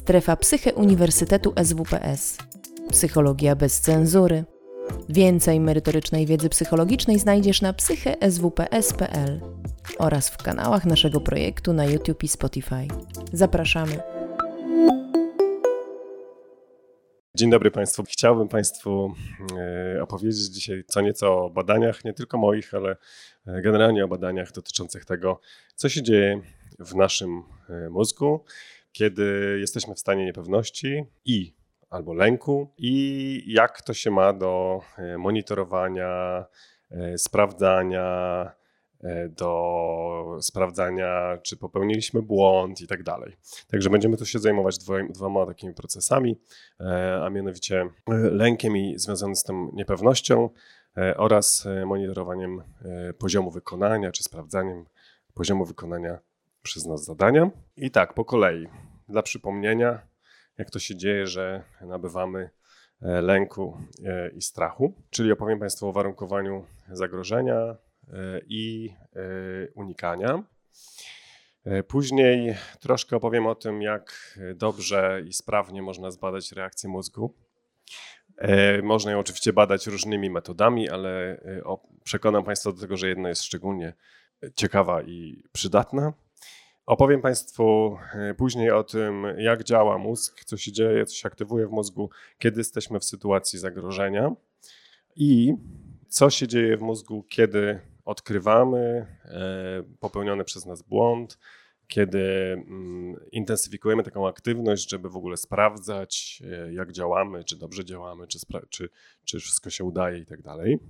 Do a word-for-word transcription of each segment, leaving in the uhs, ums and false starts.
Strefa Psyche Uniwersytetu S W P S. Psychologia bez cenzury. Więcej merytorycznej wiedzy psychologicznej znajdziesz na psyche s w p s kropka p l oraz w kanałach naszego projektu na YouTube i Spotify. Zapraszamy. Dzień dobry Państwu. Chciałbym Państwu opowiedzieć dzisiaj co nieco o badaniach, nie tylko moich, ale generalnie o badaniach dotyczących tego, co się dzieje w naszym mózgu, kiedy jesteśmy w stanie niepewności i albo lęku i jak to się ma do monitorowania, sprawdzania, do sprawdzania, czy popełniliśmy błąd i tak dalej. Także będziemy tu się zajmować dwoma, dwoma takimi procesami, a mianowicie lękiem i związanym z tym niepewnością oraz monitorowaniem poziomu wykonania, czy sprawdzaniem poziomu wykonania przez nas zadania. I tak, po kolei, dla przypomnienia, jak to się dzieje, że nabywamy lęku i strachu, czyli opowiem Państwu o warunkowaniu zagrożenia i unikania. Później troszkę opowiem o tym, jak dobrze i sprawnie można zbadać reakcję mózgu. Można ją oczywiście badać różnymi metodami, ale przekonam Państwa do tego, że jedna jest szczególnie ciekawa i przydatna. Opowiem Państwu później o tym, jak działa mózg, co się dzieje, co się aktywuje w mózgu, kiedy jesteśmy w sytuacji zagrożenia i co się dzieje w mózgu, kiedy odkrywamy popełniony przez nas błąd, kiedy intensyfikujemy taką aktywność, żeby w ogóle sprawdzać, jak działamy, czy dobrze działamy, czy, spra- czy, czy wszystko się udaje i tak dalej.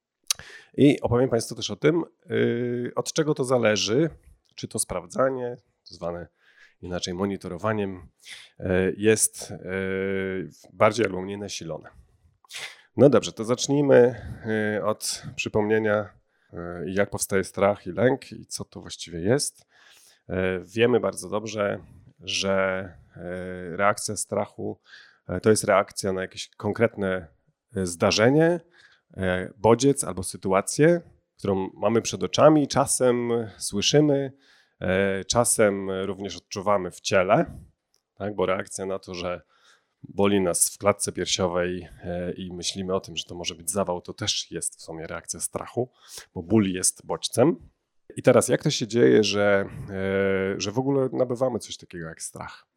I opowiem Państwu też o tym, od czego to zależy, czy to sprawdzanie, zwane inaczej monitorowaniem, jest bardziej albo mniej nasilone. No dobrze, to zacznijmy od przypomnienia, jak powstaje strach i lęk i co to właściwie jest. Wiemy bardzo dobrze, że reakcja strachu to jest reakcja na jakieś konkretne zdarzenie, bodziec albo sytuację, którą mamy przed oczami, czasem słyszymy, czasem również odczuwamy w ciele, tak? Bo reakcja na to, że boli nas w klatce piersiowej i myślimy o tym, że to może być zawał, to też jest w sumie reakcja strachu, bo ból jest bodźcem. I teraz jak to się dzieje, że, że w ogóle nabywamy coś takiego jak strach?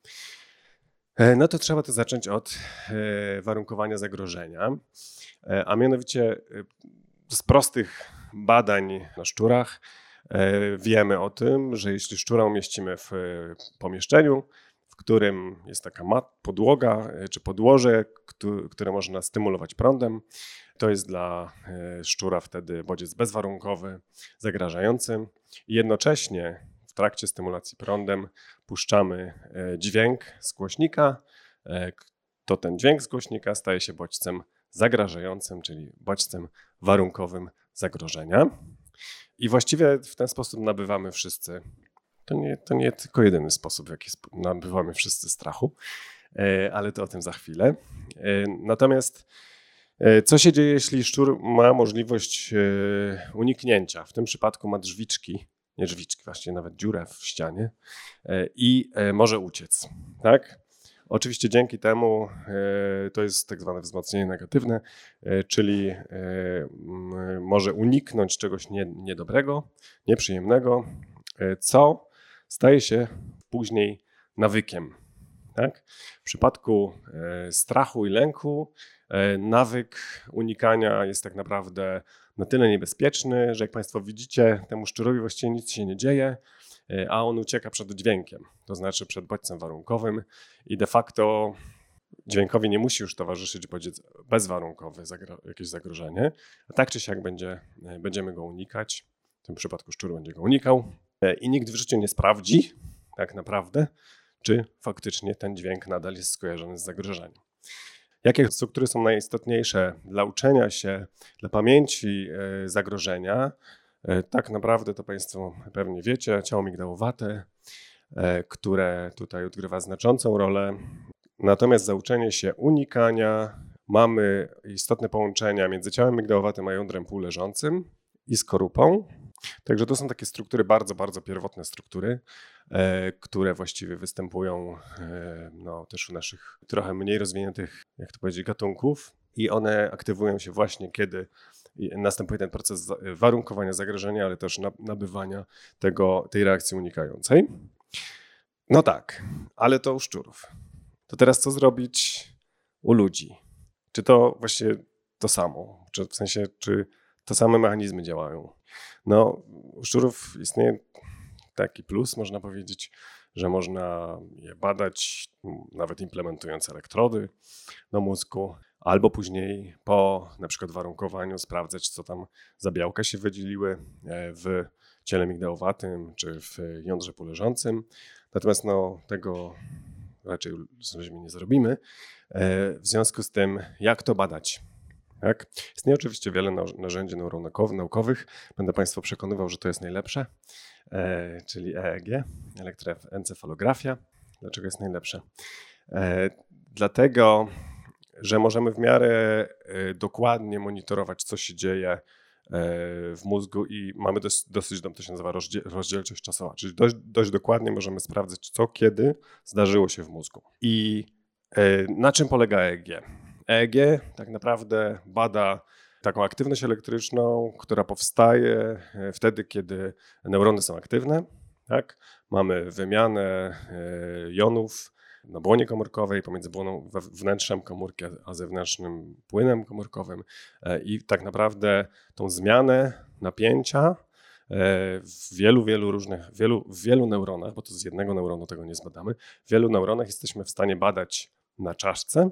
No to trzeba to zacząć od warunkowania zagrożenia, a mianowicie z prostych badań na szczurach wiemy o tym, że jeśli szczura umieścimy w pomieszczeniu, w którym jest taka mat, podłoga czy podłoże, które można stymulować prądem, to jest dla szczura wtedy bodziec bezwarunkowy, zagrażający. I jednocześnie w trakcie stymulacji prądem puszczamy dźwięk z głośnika, to ten dźwięk z głośnika staje się bodźcem zagrażającym, czyli bodźcem warunkowym zagrożenia. I właściwie w ten sposób nabywamy wszyscy. To nie, to nie tylko jedyny sposób, w jaki nabywamy wszyscy strachu, ale to o tym za chwilę. Natomiast co się dzieje, jeśli szczur ma możliwość uniknięcia? W tym przypadku ma drzwiczki, nie drzwiczki, właściwie nawet dziurę w ścianie i może uciec, tak? Oczywiście dzięki temu to jest tak zwane wzmocnienie negatywne, czyli może uniknąć czegoś niedobrego, nieprzyjemnego, co staje się później nawykiem. Tak? W przypadku strachu i lęku nawyk unikania jest tak naprawdę na tyle niebezpieczny, że jak Państwo widzicie, temu szczurowi właściwie nic się nie dzieje, a on ucieka przed dźwiękiem, to znaczy przed bodźcem warunkowym i de facto dźwiękowi nie musi już towarzyszyć bodziec bezwarunkowy, zagra- jakieś zagrożenie, a tak czy siak będzie, będziemy go unikać, w tym przypadku szczur będzie go unikał i nikt w życiu nie sprawdzi tak naprawdę, czy faktycznie ten dźwięk nadal jest skojarzony z zagrożeniem. Jakie struktury są najistotniejsze dla uczenia się, dla pamięci zagrożenia? Tak naprawdę to Państwo pewnie wiecie, ciało migdałowate, które tutaj odgrywa znaczącą rolę. Natomiast za uczenie się unikania mamy istotne połączenia między ciałem migdałowatym a jądrem półleżącym i skorupą. Także to są takie struktury bardzo, bardzo pierwotne struktury. które właściwie występują no, też u naszych trochę mniej rozwiniętych, jak to powiedzieć, gatunków i one aktywują się właśnie, kiedy następuje ten proces warunkowania zagrożenia, ale też nabywania tego, tej reakcji unikającej. No tak, ale to u szczurów. To teraz co zrobić u ludzi? Czy to właśnie to samo? Czy w sensie, czy te same mechanizmy działają? No, u szczurów istnieje taki plus, można powiedzieć, że można je badać, nawet implementując elektrody do mózgu, albo później po na przykład warunkowaniu sprawdzać, co tam za białka się wydzieliły w ciele migdałowatym czy w jądrze półleżącym. Natomiast no, tego raczej z ludźmi nie zrobimy. W związku z tym, jak to badać? Tak? Istnieje oczywiście wiele narzędzi neuronaukowych. Będę Państwa przekonywał, że to jest najlepsze, e, czyli E E G, elektroencefalografia. Dlaczego jest najlepsze? E, dlatego, że możemy w miarę e, dokładnie monitorować, co się dzieje e, w mózgu i mamy dosyć, dosyć to się nazywa rozdziel, rozdzielczość czasowa, czyli dość, dość dokładnie możemy sprawdzać, co kiedy zdarzyło się w mózgu. I e, na czym polega E E G? E E G tak naprawdę bada taką aktywność elektryczną, która powstaje wtedy, kiedy neurony są aktywne. Tak? Mamy wymianę jonów na błonie komórkowej pomiędzy błoną, wnętrzem komórki a zewnętrznym płynem komórkowym i tak naprawdę tą zmianę napięcia w wielu, wielu różnych, wielu, w wielu neuronach, bo to z jednego neuronu tego nie zbadamy, w wielu neuronach jesteśmy w stanie badać na czaszce.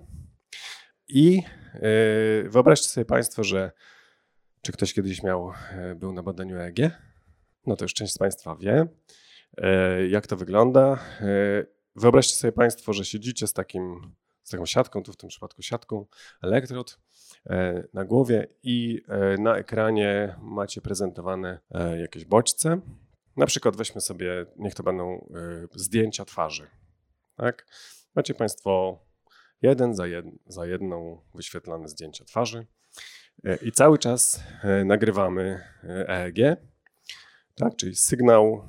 I yy, wyobraźcie sobie Państwo, że czy ktoś kiedyś miał, był na badaniu E E G? No to już część z Państwa wie, yy, jak to wygląda. Yy, wyobraźcie sobie Państwo, że siedzicie z, takim, z taką siatką, tu w tym przypadku siatką elektrod yy, na głowie i yy, na ekranie macie prezentowane yy, jakieś bodźce. Na przykład weźmy sobie, niech to będą yy, zdjęcia twarzy. Tak? Macie Państwo jeden za, jed, za jedną wyświetlane zdjęcia twarzy i cały czas nagrywamy E E G, tak, czyli sygnał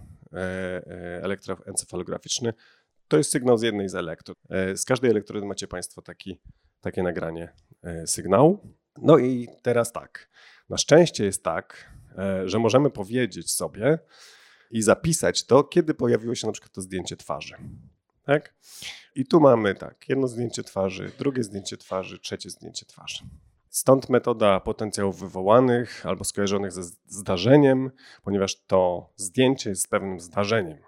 elektroencefalograficzny. To jest sygnał z jednej z elektrod. Z każdej elektrody macie Państwo taki, takie nagranie sygnału. No i teraz tak, na szczęście jest tak, że możemy powiedzieć sobie i zapisać to, kiedy pojawiło się na przykład to zdjęcie twarzy. Tak? I tu mamy tak, jedno zdjęcie twarzy, drugie zdjęcie twarzy, trzecie zdjęcie twarzy. Stąd metoda potencjałów wywołanych albo skojarzonych ze zdarzeniem, ponieważ to zdjęcie jest pewnym zdarzeniem.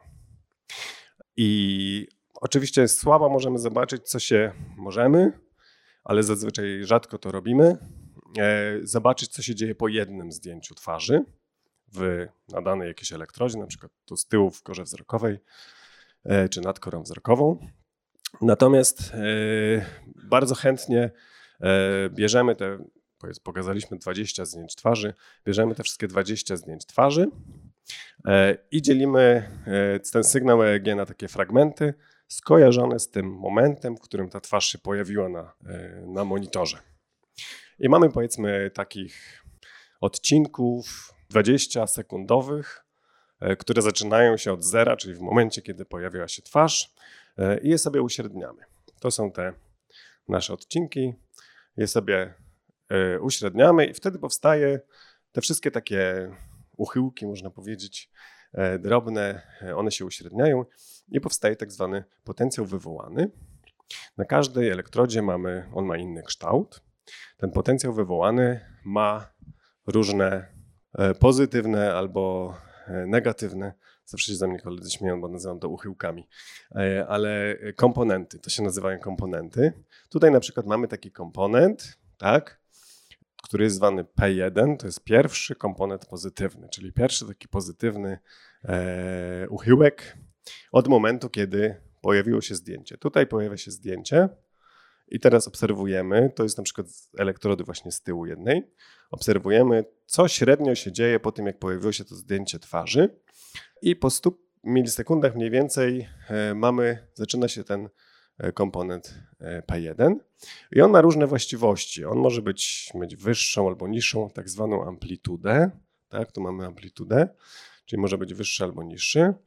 I oczywiście słabo możemy zobaczyć, co się możemy, ale zazwyczaj rzadko to robimy. Zobaczyć, co się dzieje po jednym zdjęciu twarzy w nadanej jakiejś elektrodzie, na przykład tu z tyłu w korze wzrokowej, czy nad korą wzrokową. Natomiast yy, bardzo chętnie yy, bierzemy te, pokazaliśmy dwadzieścia zdjęć twarzy, bierzemy te wszystkie dwadzieścia zdjęć twarzy yy, i dzielimy yy, ten sygnał E E G na takie fragmenty skojarzone z tym momentem, w którym ta twarz się pojawiła na, yy, na monitorze. I mamy powiedzmy takich odcinków dwadzieścia sekundowych, które zaczynają się od zera, czyli w momencie, kiedy pojawiła się twarz i je sobie uśredniamy. To są te nasze odcinki, je sobie uśredniamy i wtedy powstaje te wszystkie takie uchyłki, można powiedzieć, drobne, one się uśredniają i powstaje tak zwany potencjał wywołany. Na każdej elektrodzie mamy, on ma inny kształt. Ten potencjał wywołany ma różne pozytywne albo negatywne, zawsze się ze mnie koledzy śmieją, bo nazywam to uchyłkami, ale komponenty, to się nazywają komponenty. Tutaj na przykład mamy taki komponent, tak, który jest zwany P jeden, to jest pierwszy komponent pozytywny, czyli pierwszy taki pozytywny e, uchyłek od momentu, kiedy pojawiło się zdjęcie. Tutaj pojawia się zdjęcie i teraz obserwujemy, to jest na przykład elektrody właśnie z tyłu jednej, obserwujemy, co średnio się dzieje po tym, jak pojawiło się to zdjęcie twarzy i po stu milisekundach mniej więcej mamy, zaczyna się ten komponent P jeden i on ma różne właściwości. On może być mieć wyższą albo niższą tak zwaną amplitudę, tak, tu mamy amplitudę, czyli może być wyższy albo niższy.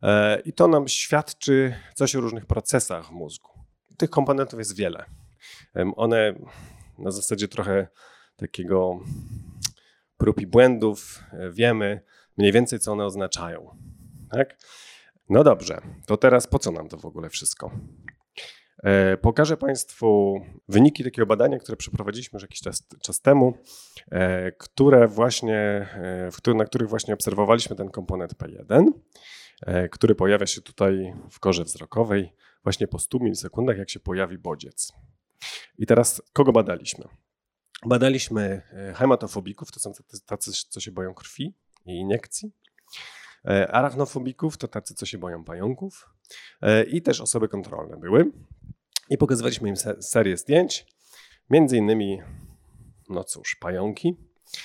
I to nam świadczy coś o różnych procesach w mózgu. Tych komponentów jest wiele. One na zasadzie trochę takiego prób i błędów wiemy mniej więcej, co one oznaczają. Tak? No dobrze, to teraz po co nam to w ogóle wszystko? Pokażę Państwu wyniki takiego badania, które przeprowadziliśmy już jakiś czas, czas temu, które właśnie, na których właśnie obserwowaliśmy ten komponent P jeden, który pojawia się tutaj w korze wzrokowej właśnie po stu milisekundach, jak się pojawi bodziec. I teraz kogo badaliśmy? Badaliśmy hematofobików, to są tacy, co się boją krwi i iniekcji. Arachnofobików to tacy, co się boją pająków. I też osoby kontrolne były. I pokazywaliśmy im serię zdjęć, między innymi, no cóż, pająki,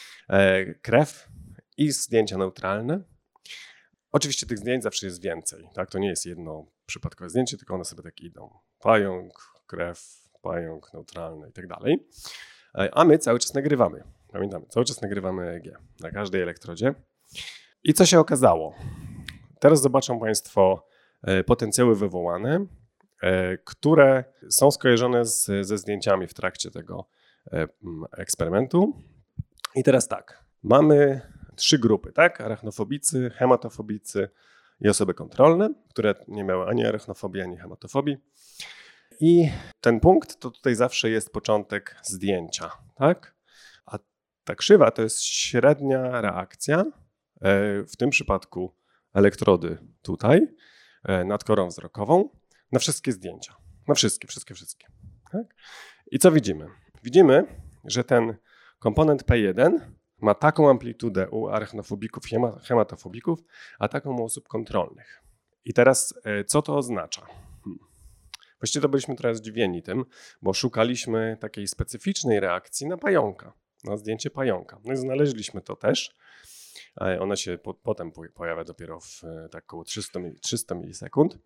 krew i zdjęcia neutralne. Oczywiście tych zdjęć zawsze jest więcej, tak? To nie jest jedno przypadkowe zdjęcie, tylko one sobie tak idą. Pająk, krew, pająk, neutralny i tak dalej. A my cały czas nagrywamy, pamiętamy, cały czas nagrywamy E E G na każdej elektrodzie. I co się okazało? Teraz zobaczą Państwo potencjały wywołane, które są skojarzone z, ze zdjęciami w trakcie tego eksperymentu. I teraz tak, mamy trzy grupy, tak? Arachnofobicy, hematofobicy i osoby kontrolne, które nie miały ani arachnofobii, ani hematofobii. I ten punkt to tutaj zawsze jest początek zdjęcia, tak? A ta krzywa to jest średnia reakcja, w tym przypadku elektrody tutaj, nad korą wzrokową, na wszystkie zdjęcia. Na wszystkie, wszystkie, wszystkie. Tak? I co widzimy? Widzimy, że ten komponent P jeden ma taką amplitudę u arachnofobików i hematofobików, a taką u osób kontrolnych. I teraz co to oznacza? Hmm. Właściwie to byliśmy trochę zdziwieni tym, bo szukaliśmy takiej specyficznej reakcji na pająka, na zdjęcie pająka. No i znaleźliśmy to też. Ona się po, potem pojawia dopiero w tak około trzysta milisekund.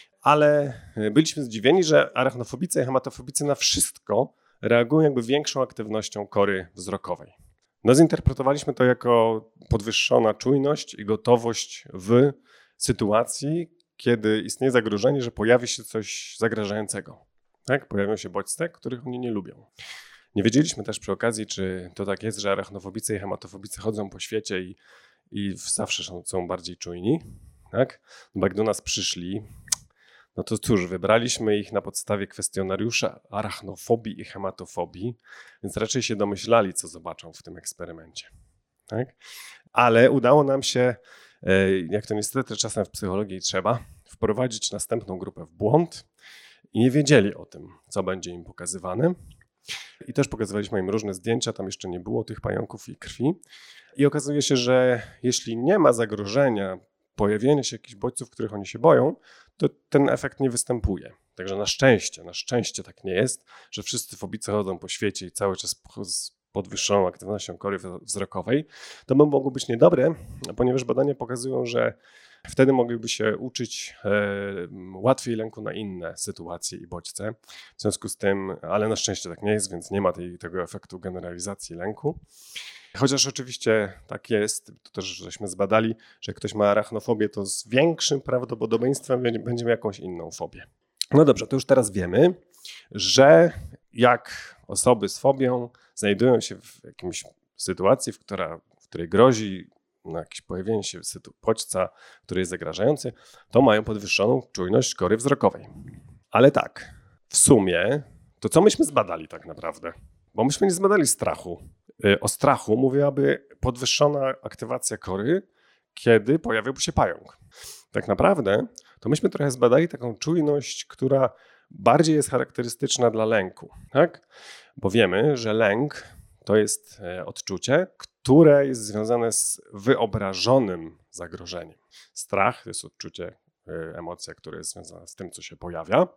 Ale byliśmy zdziwieni, że arachnofobicy i hematofobicy na wszystko reagują jakby większą aktywnością kory wzrokowej. No zinterpretowaliśmy to jako podwyższona czujność i gotowość w sytuacji, kiedy istnieje zagrożenie, że pojawi się coś zagrażającego. Tak? Pojawią się bodźce, których oni nie lubią. Nie wiedzieliśmy też przy okazji, czy to tak jest, że arachnofobicy i hematofobicy chodzą po świecie i, i zawsze są, są bardziej czujni. Tak? Bo jak do nas przyszli, no to cóż, wybraliśmy ich na podstawie kwestionariusza arachnofobii i hematofobii, więc raczej się domyślali, co zobaczą w tym eksperymencie. Tak? Ale udało nam się, jak to niestety czasem w psychologii trzeba, wprowadzić następną grupę w błąd i nie wiedzieli o tym, co będzie im pokazywane. I też pokazywaliśmy im różne zdjęcia, tam jeszcze nie było tych pająków i krwi. I okazuje się, że jeśli nie ma zagrożenia pojawienia się jakichś bodźców, których oni się boją, to ten efekt nie występuje. Także na szczęście, na szczęście tak nie jest, że wszyscy fobicy chodzą po świecie i cały czas z podwyższoną aktywnością kory wzrokowej. To by mogło być niedobre, ponieważ badania pokazują, że wtedy mogliby się uczyć e, łatwiej lęku na inne sytuacje i bodźce. W związku z tym, ale na szczęście tak nie jest, więc nie ma tej, tego efektu generalizacji lęku. Chociaż oczywiście tak jest, to też żeśmy zbadali, że jak ktoś ma arachnofobię, to z większym prawdopodobieństwem będzie miał jakąś inną fobię. No dobrze, to już teraz wiemy, że jak osoby z fobią znajdują się w jakiejś sytuacji, w, która, w której grozi na jakieś pojawienie się bodźca, który jest zagrażający, to mają podwyższoną czujność kory wzrokowej. Ale tak, w sumie, to co myśmy zbadali tak naprawdę? Bo myśmy nie zbadali strachu. O strachu mówiłaby podwyższona aktywacja kory, kiedy pojawiłby się pająk. Tak naprawdę to myśmy trochę zbadali taką czujność, która bardziej jest charakterystyczna dla lęku. Tak? Bo wiemy, że lęk to jest odczucie, które jest związane z wyobrażonym zagrożeniem. Strach to jest odczucie, emocja, która jest związana z tym, co się pojawia,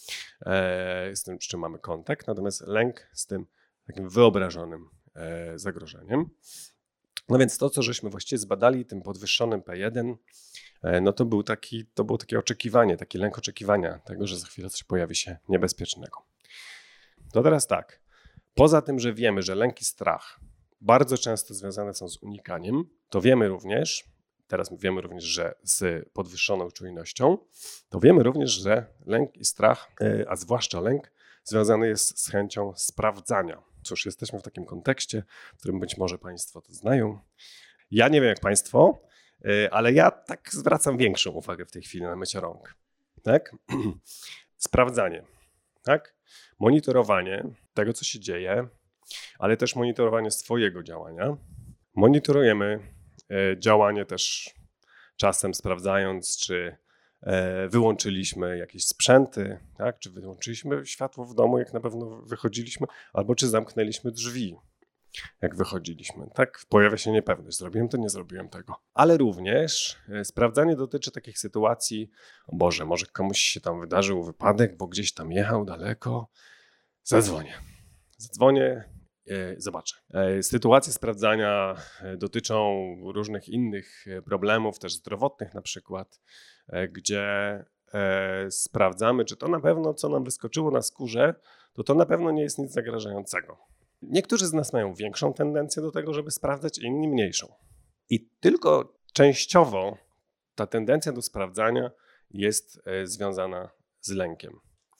z tym, z czym mamy kontakt, natomiast lęk z tym takim wyobrażonym zagrożeniem. No więc to, co żeśmy właściwie zbadali tym podwyższonym P jeden, no to, był taki, to było takie oczekiwanie, taki lęk oczekiwania tego, że za chwilę coś pojawi się niebezpiecznego. To teraz tak, poza tym, że wiemy, że lęk i strach bardzo często związane są z unikaniem, to wiemy również teraz wiemy również, że z podwyższoną czujnością, to wiemy również, że lęk i strach, a zwłaszcza lęk, związany jest z chęcią sprawdzania. Cóż, jesteśmy w takim kontekście, w którym być może Państwo to znają. Ja nie wiem jak Państwo, ale ja tak zwracam większą uwagę w tej chwili na mycie rąk. Tak? Sprawdzanie, tak? Monitorowanie tego, co się dzieje, ale też monitorowanie swojego działania. Monitorujemy działanie też czasem sprawdzając, czy wyłączyliśmy jakieś sprzęty, tak? Czy wyłączyliśmy światło w domu, jak na pewno wychodziliśmy, albo czy zamknęliśmy drzwi, jak wychodziliśmy. Tak? Pojawia się niepewność, zrobiłem to, nie zrobiłem tego. Ale również sprawdzanie dotyczy takich sytuacji, o Boże, może komuś się tam wydarzył wypadek, bo gdzieś tam jechał daleko, zadzwonię. Zadzwonię, zobaczę. Sytuacje sprawdzania dotyczą różnych innych problemów, też zdrowotnych na przykład, gdzie sprawdzamy, czy to na pewno, co nam wyskoczyło na skórze, to to na pewno nie jest nic zagrażającego. Niektórzy z nas mają większą tendencję do tego, żeby sprawdzać, inni mniejszą. I tylko częściowo ta tendencja do sprawdzania jest związana z lękiem.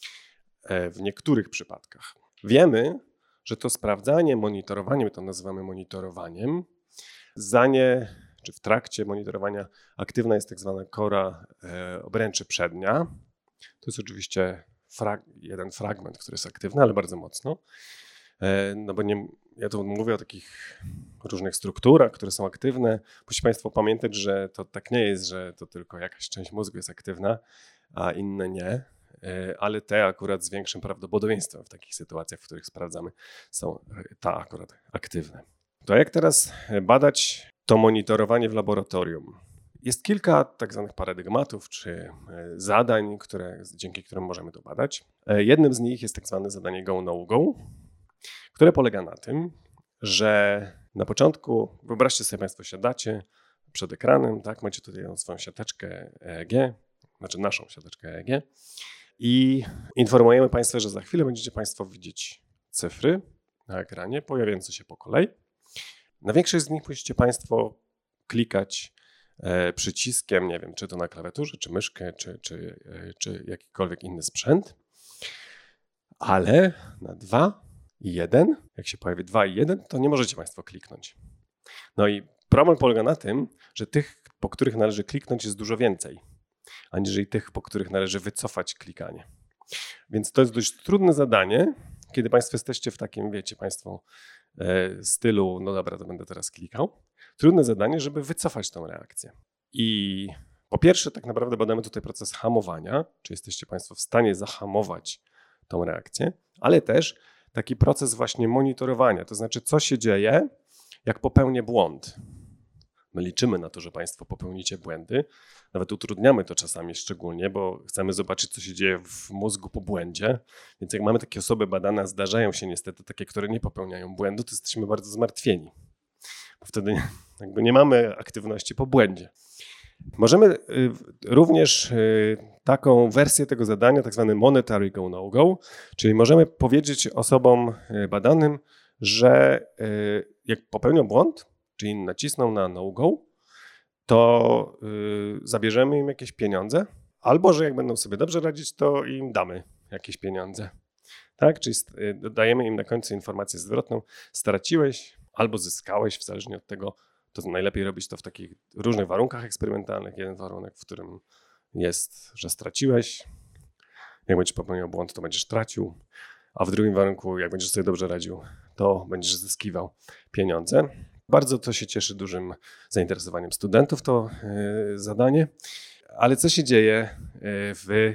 W niektórych przypadkach. Wiemy, że to sprawdzanie, monitorowanie, my to nazywamy monitorowaniem, za nie, czy w trakcie monitorowania aktywna jest tak zwana kora e, obręczy przednia. To jest oczywiście frag- jeden fragment, który jest aktywny, ale bardzo mocno. E, no bo nie, ja tu mówię o takich różnych strukturach, które są aktywne. Musicie Państwo pamiętać, że to tak nie jest, że to tylko jakaś część mózgu jest aktywna, a inne nie. Ale te akurat z większym prawdopodobieństwem w takich sytuacjach, w których sprawdzamy, są ta akurat aktywne. To jak teraz badać to monitorowanie w laboratorium? Jest kilka tak zwanych paradygmatów czy zadań, które, dzięki którym możemy to badać. Jednym z nich jest tak zwane zadanie go-no-go, które polega na tym, że na początku, wyobraźcie sobie Państwo, siadacie przed ekranem, tak, macie tutaj swoją siateczkę E E G, znaczy naszą siateczkę E E G, i informujemy Państwa, że za chwilę będziecie Państwo widzieć cyfry na ekranie, pojawiające się po kolei. Na większość z nich musicie Państwo klikać e, przyciskiem, nie wiem, czy to na klawiaturze, czy myszkę, czy, czy, e, czy jakikolwiek inny sprzęt. Ale na dwa i jeden, jak się pojawi dwa i jeden, to nie możecie Państwo kliknąć. No i problem polega na tym, że tych, po których należy kliknąć, jest dużo więcej, aniżeli tych, po których należy wycofać klikanie. Więc to jest dość trudne zadanie, kiedy Państwo jesteście w takim, wiecie Państwo, e, stylu, no dobra, to będę teraz klikał. Trudne zadanie, żeby wycofać tą reakcję. I po pierwsze, tak naprawdę badamy tutaj proces hamowania, czy jesteście Państwo w stanie zahamować tą reakcję, ale też taki proces właśnie monitorowania, to znaczy co się dzieje, jak popełnię błąd. My liczymy na to, że Państwo popełnicie błędy. Nawet utrudniamy to czasami szczególnie, bo chcemy zobaczyć, co się dzieje w mózgu po błędzie. Więc jak mamy takie osoby badane, a zdarzają się niestety takie, które nie popełniają błędu, to jesteśmy bardzo zmartwieni. Bo wtedy jakby nie mamy aktywności po błędzie. Możemy również taką wersję tego zadania, tak zwany monetary go-no-go, czyli możemy powiedzieć osobom badanym, że jak popełnią błąd, czyli nacisną na no-go, to yy, zabierzemy im jakieś pieniądze, albo że jak będą sobie dobrze radzić, to im damy jakieś pieniądze. Tak? Czyli yy, dajemy im na końcu informację zwrotną, straciłeś albo zyskałeś, w zależnie od tego, to najlepiej robić to w takich różnych warunkach eksperymentalnych. Jeden warunek, w którym jest, że straciłeś, jak będziesz popełniał błąd, to będziesz tracił, a w drugim warunku, jak będziesz sobie dobrze radził, to będziesz zyskiwał pieniądze. Bardzo to się cieszy dużym zainteresowaniem studentów to y, zadanie, ale co się dzieje y, w y,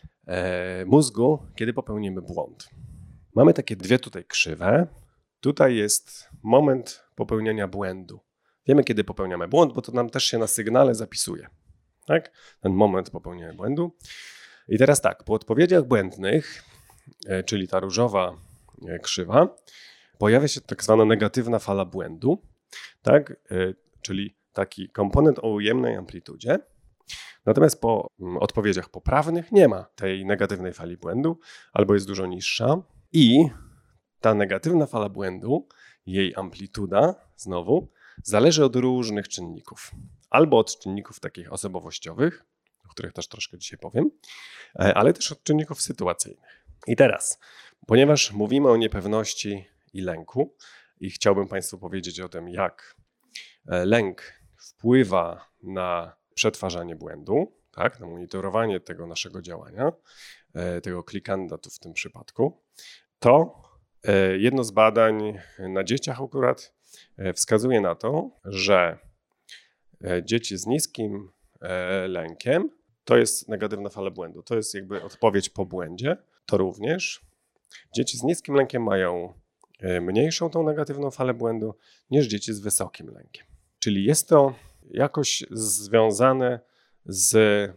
mózgu, kiedy popełnimy błąd? Mamy takie dwie tutaj krzywe. Tutaj jest moment popełnienia błędu. Wiemy, kiedy popełniamy błąd, bo to nam też się na sygnale zapisuje. Tak? Ten moment popełnienia błędu. I teraz tak, po odpowiedziach błędnych, y, czyli ta różowa y, krzywa, pojawia się tak zwana negatywna fala błędu, tak? Yy, czyli taki komponent o ujemnej amplitudzie. Natomiast po mm, odpowiedziach poprawnych nie ma tej negatywnej fali błędu, albo jest dużo niższa. I ta negatywna fala błędu, jej amplituda, znowu, zależy od różnych czynników. albo od czynników takich osobowościowych, o których też troszkę dzisiaj powiem, ale też od czynników sytuacyjnych. I teraz, ponieważ mówimy o niepewności i lęku i chciałbym Państwu powiedzieć o tym, jak lęk wpływa na przetwarzanie błędu, tak, na monitorowanie tego naszego działania, tego klikandatu w tym przypadku, to jedno z badań na dzieciach akurat wskazuje na to, że dzieci z niskim lękiem to jest negatywna fala błędu. To jest jakby odpowiedź po błędzie. To również dzieci z niskim lękiem mają mniejszą tą negatywną falę błędu niż dzieci z wysokim lękiem. Czyli jest to jakoś związane z,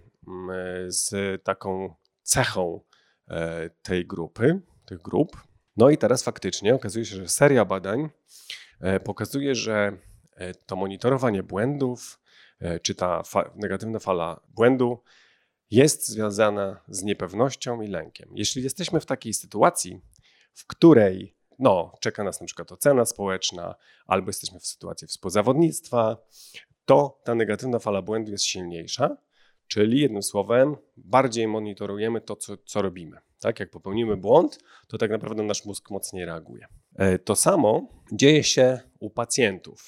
z taką cechą tej grupy, tych grup. No i teraz faktycznie okazuje się, że seria badań pokazuje, że to monitorowanie błędów, czy ta fa- negatywna fala błędu jest związana z niepewnością i lękiem. Jeśli jesteśmy w takiej sytuacji, w której no, czeka nas na przykład ocena społeczna, albo jesteśmy w sytuacji współzawodnictwa, to ta negatywna fala błędu jest silniejsza, czyli jednym słowem bardziej monitorujemy to, co, co robimy. Tak? Jak popełnimy błąd, to tak naprawdę nasz mózg mocniej reaguje. To samo dzieje się u pacjentów.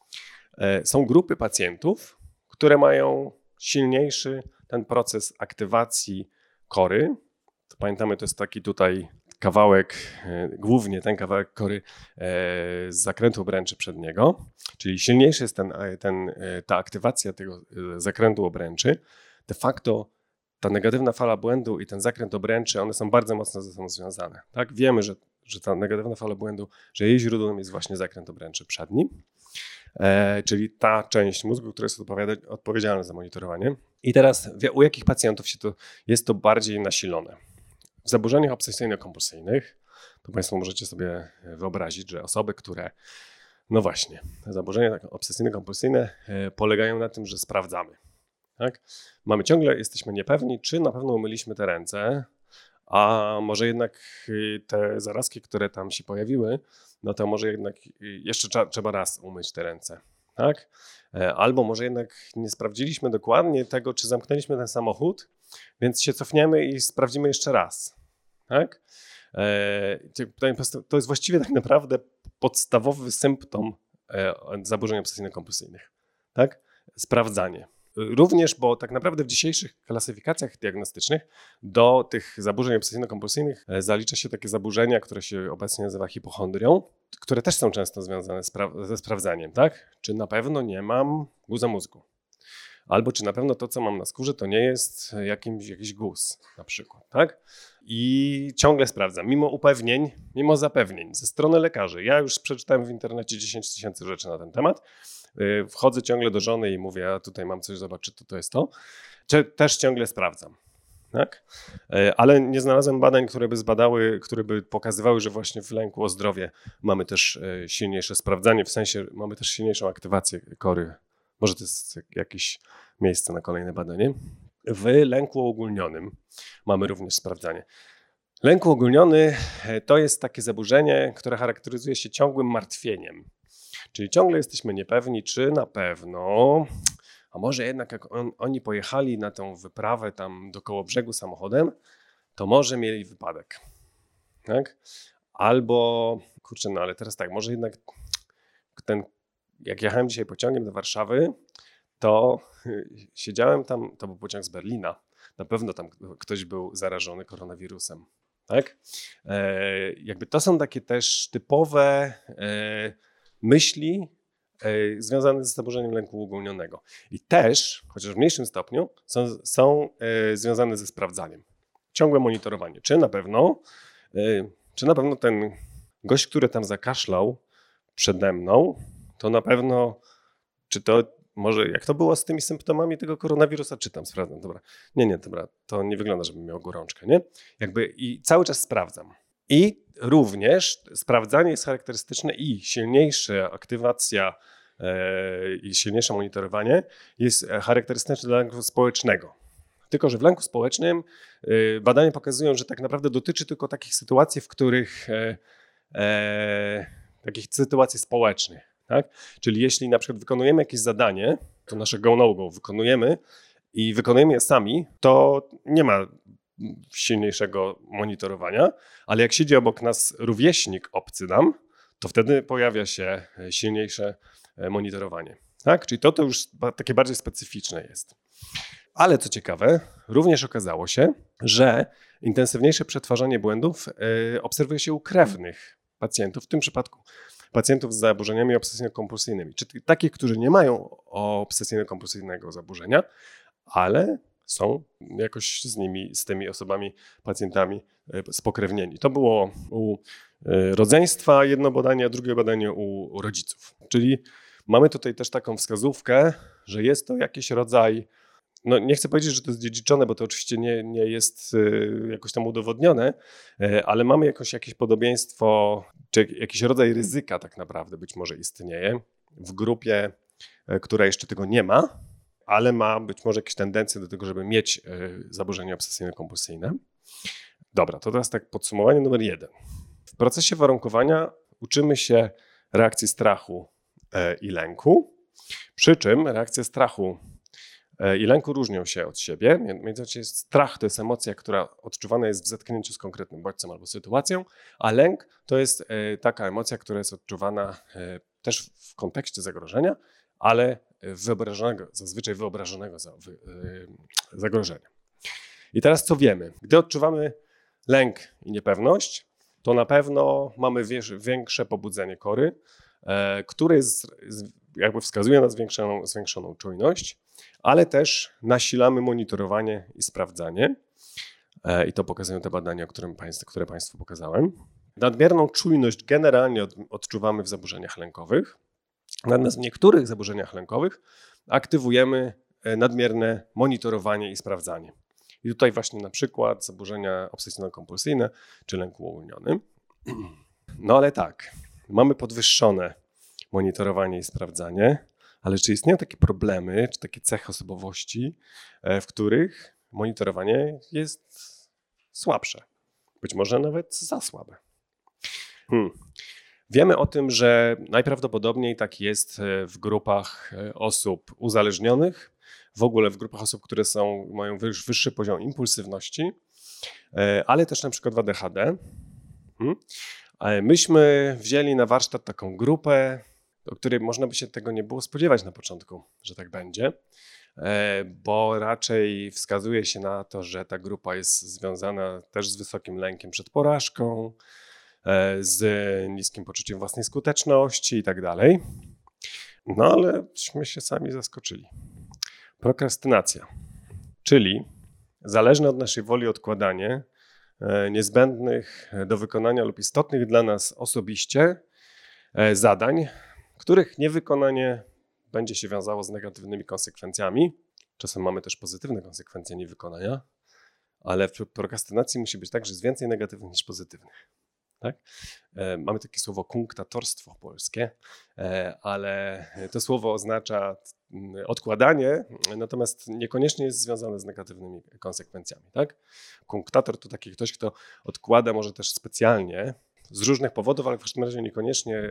Są grupy pacjentów, które mają silniejszy ten proces aktywacji kory. To pamiętamy, to jest taki tutaj kawałek, głównie ten kawałek kory z zakrętu obręczy przedniego, czyli silniejszy jest ten, ten, ta aktywacja tego zakrętu obręczy. De facto ta negatywna fala błędu i ten zakręt obręczy, one są bardzo mocno ze sobą związane. Tak? Wiemy, że, że ta negatywna fala błędu, że jej źródłem jest właśnie zakręt obręczy przedni, e, czyli ta część mózgu, która jest odpowiedzialna za monitorowanie. I teraz u jakich pacjentów się to, jest to bardziej nasilone? W zaburzeniach obsesyjno-kompulsyjnych, to Państwo możecie sobie wyobrazić, że osoby, które, no właśnie, zaburzenia obsesyjno-kompulsyjne polegają na tym, że sprawdzamy. Tak? Mamy ciągle, jesteśmy niepewni, czy na pewno umyliśmy te ręce, a może jednak te zarazki, które tam się pojawiły, no to może jednak jeszcze trzeba, trzeba raz umyć te ręce. Tak? Albo może jednak nie sprawdziliśmy dokładnie tego, czy zamknęliśmy ten samochód, więc się cofniemy i sprawdzimy jeszcze raz. Tak? To jest właściwie tak naprawdę podstawowy symptom zaburzeń obsesyjno-kompulsyjnych. Tak? Sprawdzanie. Również, bo tak naprawdę w dzisiejszych klasyfikacjach diagnostycznych do tych zaburzeń obsesyjno-kompulsyjnych zalicza się takie zaburzenia, które się obecnie nazywa hipochondrią, które też są często związane spra- ze sprawdzaniem, tak? Czy na pewno nie mam guza mózgu? Albo czy na pewno to, co mam na skórze, to nie jest jakimś, jakiś guz na przykład, tak? I ciągle sprawdzam, mimo upewnień, mimo zapewnień ze strony lekarzy. Ja już przeczytałem w internecie dziesięć tysięcy rzeczy na ten temat. Wchodzę ciągle do żony i mówię, a tutaj mam coś, zobacz, czy to, to jest to. Też ciągle sprawdzam. Tak? Ale nie znalazłem badań, które by zbadały, które by pokazywały, że właśnie w lęku o zdrowie mamy też silniejsze sprawdzanie, w sensie mamy też silniejszą aktywację kory. Może to jest jakieś miejsce na kolejne badanie. W lęku uogólnionym mamy również sprawdzanie. Lęk uogólniony to jest takie zaburzenie, które charakteryzuje się ciągłym martwieniem. Czyli ciągle jesteśmy niepewni, czy na pewno, a może jednak jak on, oni pojechali na tą wyprawę tam do Kołobrzegu samochodem, to może mieli wypadek. Tak? Albo, kurczę, no ale teraz tak, może jednak ten, jak jechałem dzisiaj pociągiem do Warszawy, to siedziałem tam, to był pociąg z Berlina, na pewno tam ktoś był zarażony koronawirusem. Tak? E, jakby to są takie też typowe e, myśli e, związane z zaburzeniem lęku uogólnionego. I też, chociaż w mniejszym stopniu, są, są e, związane ze sprawdzaniem. Ciągłe monitorowanie. Czy na pewno, e, czy na pewno ten gość, który tam zakaszlał przede mną, to na pewno, czy to może jak to było z tymi symptomami tego koronawirusa, czy tam sprawdzam, dobra. Nie, nie, dobra, to nie wygląda, żebym miał gorączkę, nie? Jakby i cały czas sprawdzam. I również sprawdzanie jest charakterystyczne i silniejsza aktywacja e, i silniejsze monitorowanie jest charakterystyczne dla lęku społecznego. Tylko że w lęku społecznym e, badania pokazują, że tak naprawdę dotyczy tylko takich sytuacji, w których e, e, takich sytuacji społecznych. Tak? Czyli jeśli na przykład wykonujemy jakieś zadanie to nasze go no go wykonujemy i wykonujemy je sami, to nie ma silniejszego monitorowania, ale jak siedzi obok nas rówieśnik obcy nam, to wtedy pojawia się silniejsze monitorowanie. Tak? Czyli to, to już takie bardziej specyficzne jest. Ale co ciekawe, również okazało się, że intensywniejsze przetwarzanie błędów y, obserwuje się u krewnych pacjentów, w tym przypadku pacjentów z zaburzeniami obsesyjno-kompulsyjnymi, czyli takich, którzy nie mają obsesyjno-kompulsyjnego zaburzenia, ale są jakoś z nimi, z tymi osobami, pacjentami spokrewnieni. To było u rodzeństwa jedno badanie, a drugie badanie u, u rodziców. Czyli mamy tutaj też taką wskazówkę, że jest to jakiś rodzaj, no nie chcę powiedzieć, że to jest dziedziczone, bo to oczywiście nie, nie jest jakoś tam udowodnione, ale mamy jakoś, jakieś podobieństwo, czy jakiś rodzaj ryzyka tak naprawdę być może istnieje w grupie, która jeszcze tego nie ma, ale ma być może jakieś tendencje do tego, żeby mieć zaburzenia obsesyjno-kompulsyjne. Dobra, to teraz tak podsumowanie numer jeden. W procesie warunkowania uczymy się reakcji strachu i lęku, przy czym reakcje strachu i lęku różnią się od siebie. Mianowicie strach to jest emocja, która odczuwana jest w zetknięciu z konkretnym bodźcem albo sytuacją, a lęk to jest taka emocja, która jest odczuwana też w kontekście zagrożenia, ale wyobrażonego, zazwyczaj wyobrażonego zagrożenia. I teraz co wiemy? Gdy odczuwamy lęk i niepewność, to na pewno mamy większe pobudzenie kory, które jest, jakby wskazuje na zwiększoną, zwiększoną czujność, ale też nasilamy monitorowanie i sprawdzanie. I to pokazują te badania, którym państw, które Państwu pokazałem. Nadmierną czujność generalnie od, odczuwamy w zaburzeniach lękowych. Natomiast w niektórych zaburzeniach lękowych aktywujemy nadmierne monitorowanie i sprawdzanie. I tutaj właśnie na przykład zaburzenia obsesyjno-kompulsyjne czy lęk uogólniony. No ale tak, mamy podwyższone monitorowanie i sprawdzanie, ale czy istnieją takie problemy, czy takie cechy osobowości, w których monitorowanie jest słabsze? Być może nawet za słabe. Hmm. Wiemy o tym, że najprawdopodobniej tak jest w grupach osób uzależnionych, w ogóle w grupach osób, które są, mają wyższy poziom impulsywności, ale też na przykład w A D H D. Myśmy wzięli na warsztat taką grupę, o której można by się tego nie było spodziewać na początku, że tak będzie, bo raczej wskazuje się na to, że ta grupa jest związana też z wysokim lękiem przed porażką, z niskim poczuciem własnej skuteczności i tak dalej. No aleśmy się sami zaskoczyli. Prokrastynacja, czyli zależne od naszej woli odkładanie niezbędnych do wykonania lub istotnych dla nas osobiście zadań, których niewykonanie będzie się wiązało z negatywnymi konsekwencjami. Czasem mamy też pozytywne konsekwencje niewykonania, ale w prokrastynacji musi być tak, że jest więcej negatywnych niż pozytywnych. Tak? Mamy takie słowo kunktatorstwo polskie, ale to słowo oznacza odkładanie, natomiast niekoniecznie jest związane z negatywnymi konsekwencjami. Tak? Kunktator to taki ktoś, kto odkłada może też specjalnie, z różnych powodów, ale w każdym razie niekoniecznie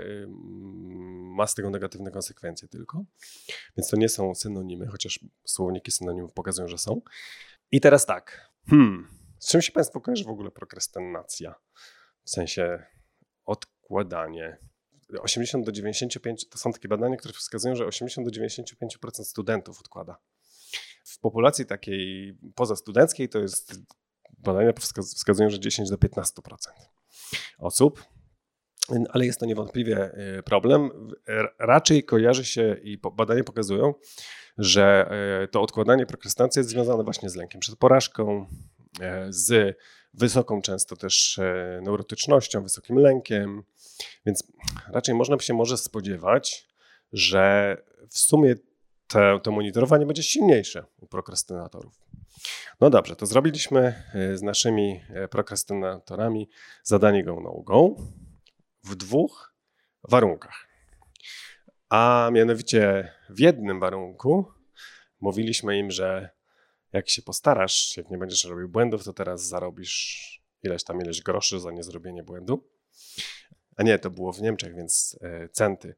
ma z tego negatywne konsekwencje tylko. Więc to nie są synonimy, chociaż słowniki synonimów pokazują, że są. I teraz tak, hmm, z czym się Państwu kojarzy w ogóle prokrastynacja? W sensie odkładanie. osiemdziesiąt do dziewięćdziesięciu pięciu to są takie badania, które wskazują, że osiemdziesiąt do dziewięćdziesięciu pięciu procent studentów odkłada. W populacji takiej pozastudenckiej to jest badania wskazują, że dziesięć do piętnastu procent osób, ale jest to niewątpliwie problem. Raczej kojarzy się i badania pokazują, że to odkładanie, prokrastynacja jest związane właśnie z lękiem przed porażką, z wysoką często też neurotycznością, wysokim lękiem, więc raczej można by się może spodziewać, że w sumie to, to monitorowanie będzie silniejsze u prokrastynatorów. No dobrze, to zrobiliśmy z naszymi prokrastynatorami zadanie go no go w dwóch warunkach. A mianowicie w jednym warunku mówiliśmy im, że jak się postarasz, jak nie będziesz robił błędów, to teraz zarobisz ileś tam ileś groszy za niezrobienie błędu. A nie, to było w Niemczech, więc centy.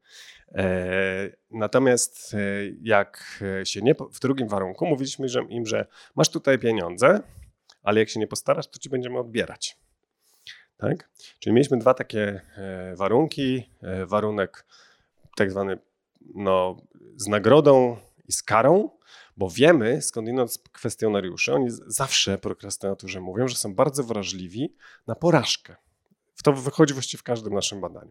Natomiast jak się nie, w drugim warunku mówiliśmy że im, że masz tutaj pieniądze, ale jak się nie postarasz, to ci będziemy odbierać. Tak? Czyli mieliśmy dwa takie warunki. Warunek tak zwany no, z nagrodą i z karą, bo wiemy skądinąd z kwestionariuszy, oni zawsze prokrastynatorzy mówią, że są bardzo wrażliwi na porażkę. To wychodzi właściwie w każdym naszym badaniu.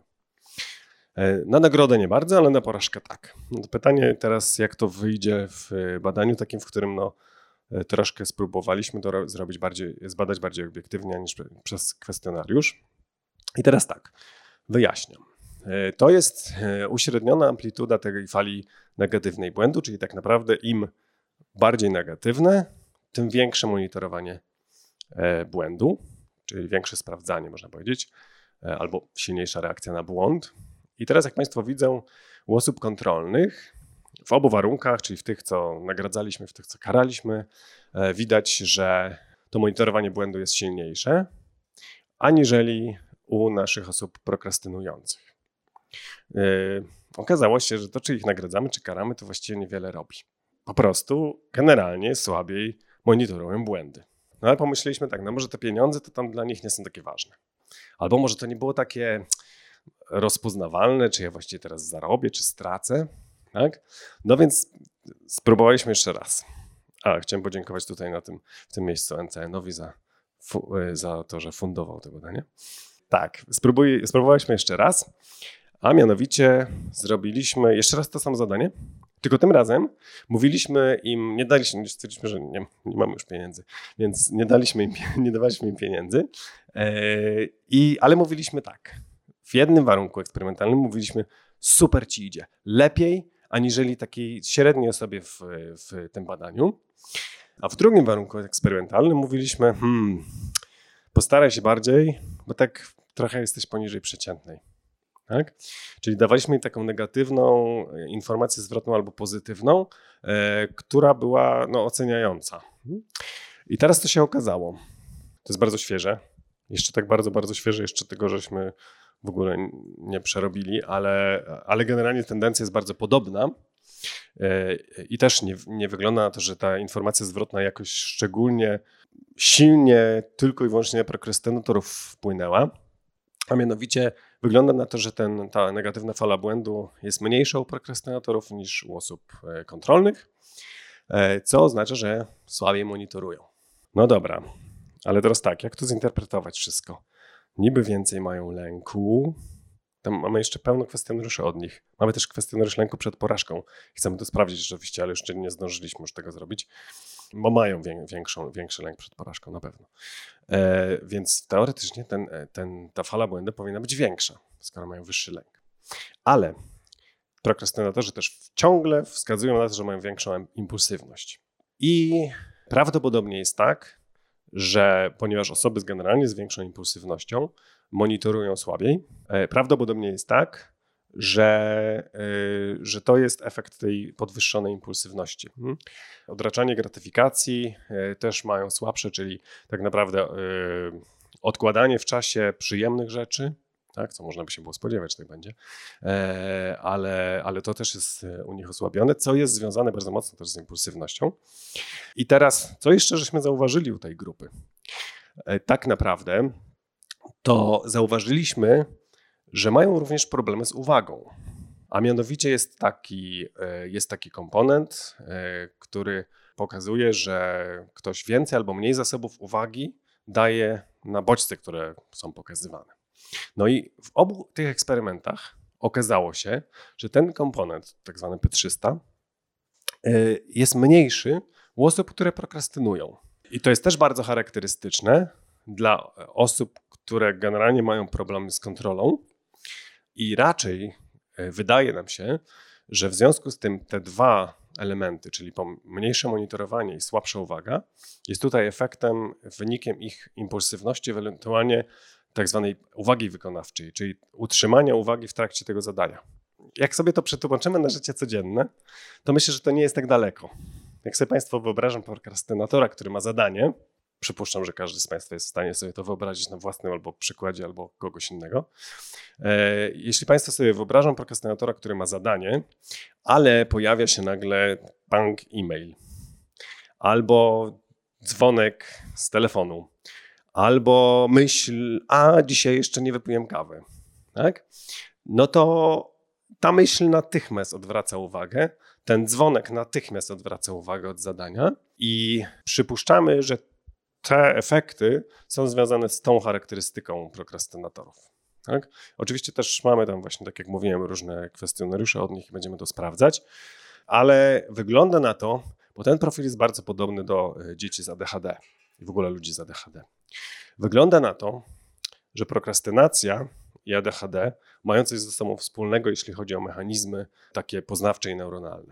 Na nagrodę nie bardzo, ale na porażkę tak. No to pytanie teraz, jak to wyjdzie w badaniu takim, w którym no, troszkę spróbowaliśmy to zrobić bardziej, zbadać bardziej obiektywnie niż przez kwestionariusz. I teraz tak, wyjaśniam. To jest uśredniona amplituda tej fali negatywnej błędu, czyli tak naprawdę im bardziej negatywne, tym większe monitorowanie błędu, czyli większe sprawdzanie, można powiedzieć, albo silniejsza reakcja na błąd. I teraz, jak Państwo widzą, u osób kontrolnych w obu warunkach, czyli w tych, co nagradzaliśmy, w tych, co karaliśmy, widać, że to monitorowanie błędu jest silniejsze, aniżeli u naszych osób prokrastynujących. Yy, okazało się, że to, czy ich nagradzamy, czy karamy, to właściwie niewiele robi. Po prostu generalnie słabiej monitorują błędy. No ale pomyśleliśmy tak, no może te pieniądze to tam dla nich nie są takie ważne. Albo może to nie było takie rozpoznawalne, czy ja właściwie teraz zarobię, czy stracę. Tak? No więc spróbowaliśmy jeszcze raz. A, chciałem podziękować tutaj na tym, w tym miejscu N C N-owi za, za to, że fundował to badanie. Tak, spróbuj, spróbowaliśmy jeszcze raz, a mianowicie zrobiliśmy jeszcze raz to samo zadanie, tylko tym razem mówiliśmy im, nie daliśmy, stwierdziliśmy, że nie, nie mamy już pieniędzy, więc nie daliśmy im, nie dawaliśmy im pieniędzy, yy, i, ale mówiliśmy tak, w jednym warunku eksperymentalnym mówiliśmy, super ci idzie, lepiej aniżeli takiej średniej osobie w, w tym badaniu, a w drugim warunku eksperymentalnym mówiliśmy, hmm, postaraj się bardziej, bo tak trochę jesteś poniżej przeciętnej. Tak? Czyli dawaliśmy im taką negatywną informację zwrotną albo pozytywną, e, która była no, oceniająca. I teraz to się okazało. To jest bardzo świeże. Jeszcze tak bardzo, bardzo świeże. Jeszcze tego, żeśmy w ogóle nie przerobili, ale, ale generalnie tendencja jest bardzo podobna. E, I też nie, nie wygląda na to, że ta informacja zwrotna jakoś szczególnie silnie tylko i wyłącznie na prokrastynatorów wpłynęła. A mianowicie wygląda na to, że ten, ta negatywna fala błędu jest mniejsza u prokrastynatorów niż u osób kontrolnych, co oznacza, że słabiej monitorują. No dobra, ale teraz tak, jak to zinterpretować wszystko? Niby więcej mają lęku, tam mamy jeszcze pełno kwestionariuszy od nich. Mamy też kwestionariusz lęku przed porażką. Chcemy to sprawdzić rzeczywiście, ale jeszcze nie zdążyliśmy już tego zrobić, bo mają większą, większy lęk przed porażką na pewno. E, więc teoretycznie ten, ten, ta fala błędu powinna być większa, skoro mają wyższy lęk. Ale prokrastynatorzy też ciągle wskazują na to, że mają większą impulsywność. I prawdopodobnie jest tak, że ponieważ osoby z generalnie z większą impulsywnością monitorują słabiej, e, prawdopodobnie jest tak, że, yy, że to jest efekt tej podwyższonej impulsywności. Hmm? Odraczanie gratyfikacji yy, też mają słabsze, czyli tak naprawdę yy, odkładanie w czasie przyjemnych rzeczy, tak, co można by się było spodziewać, że tak będzie, yy, ale, ale to też jest u nich osłabione, co jest związane bardzo mocno też z impulsywnością. I teraz, co jeszcze żeśmy zauważyli u tej grupy? Yy, tak naprawdę to zauważyliśmy, że mają również problemy z uwagą. A mianowicie jest taki, jest taki komponent, który pokazuje, że ktoś więcej albo mniej zasobów uwagi daje na bodźce, które są pokazywane. No i w obu tych eksperymentach okazało się, że ten komponent, tak zwany P trzysta, jest mniejszy u osób, które prokrastynują. I to jest też bardzo charakterystyczne dla osób, które generalnie mają problemy z kontrolą. I raczej wydaje nam się, że w związku z tym te dwa elementy, czyli mniejsze monitorowanie i słabsza uwaga, jest tutaj efektem, wynikiem ich impulsywności, ewentualnie tak zwanej uwagi wykonawczej, czyli utrzymania uwagi w trakcie tego zadania. Jak sobie to przetłumaczymy na życie codzienne, to myślę, że to nie jest tak daleko. Jak sobie Państwo wyobrażam prokrastynatora, który ma zadanie Przypuszczam, że każdy z Państwa jest w stanie sobie to wyobrazić na własnym albo przykładzie, albo kogoś innego. Jeśli Państwo sobie wyobrażą prokrastynatora, który ma zadanie, ale pojawia się nagle pang e-mail, albo dzwonek z telefonu, albo myśl, a dzisiaj jeszcze nie wypiłem kawy, tak? No to ta myśl natychmiast odwraca uwagę, ten dzwonek natychmiast odwraca uwagę od zadania i przypuszczamy, że te efekty są związane z tą charakterystyką prokrastynatorów. Tak? Oczywiście też mamy tam właśnie, tak jak mówiłem, różne kwestionariusze od nich i będziemy to sprawdzać, ale wygląda na to, bo ten profil jest bardzo podobny do dzieci z A D H D i w ogóle ludzi z A D H D. Wygląda na to, że prokrastynacja i A D H D mają coś ze sobą wspólnego, jeśli chodzi o mechanizmy takie poznawcze i neuronalne.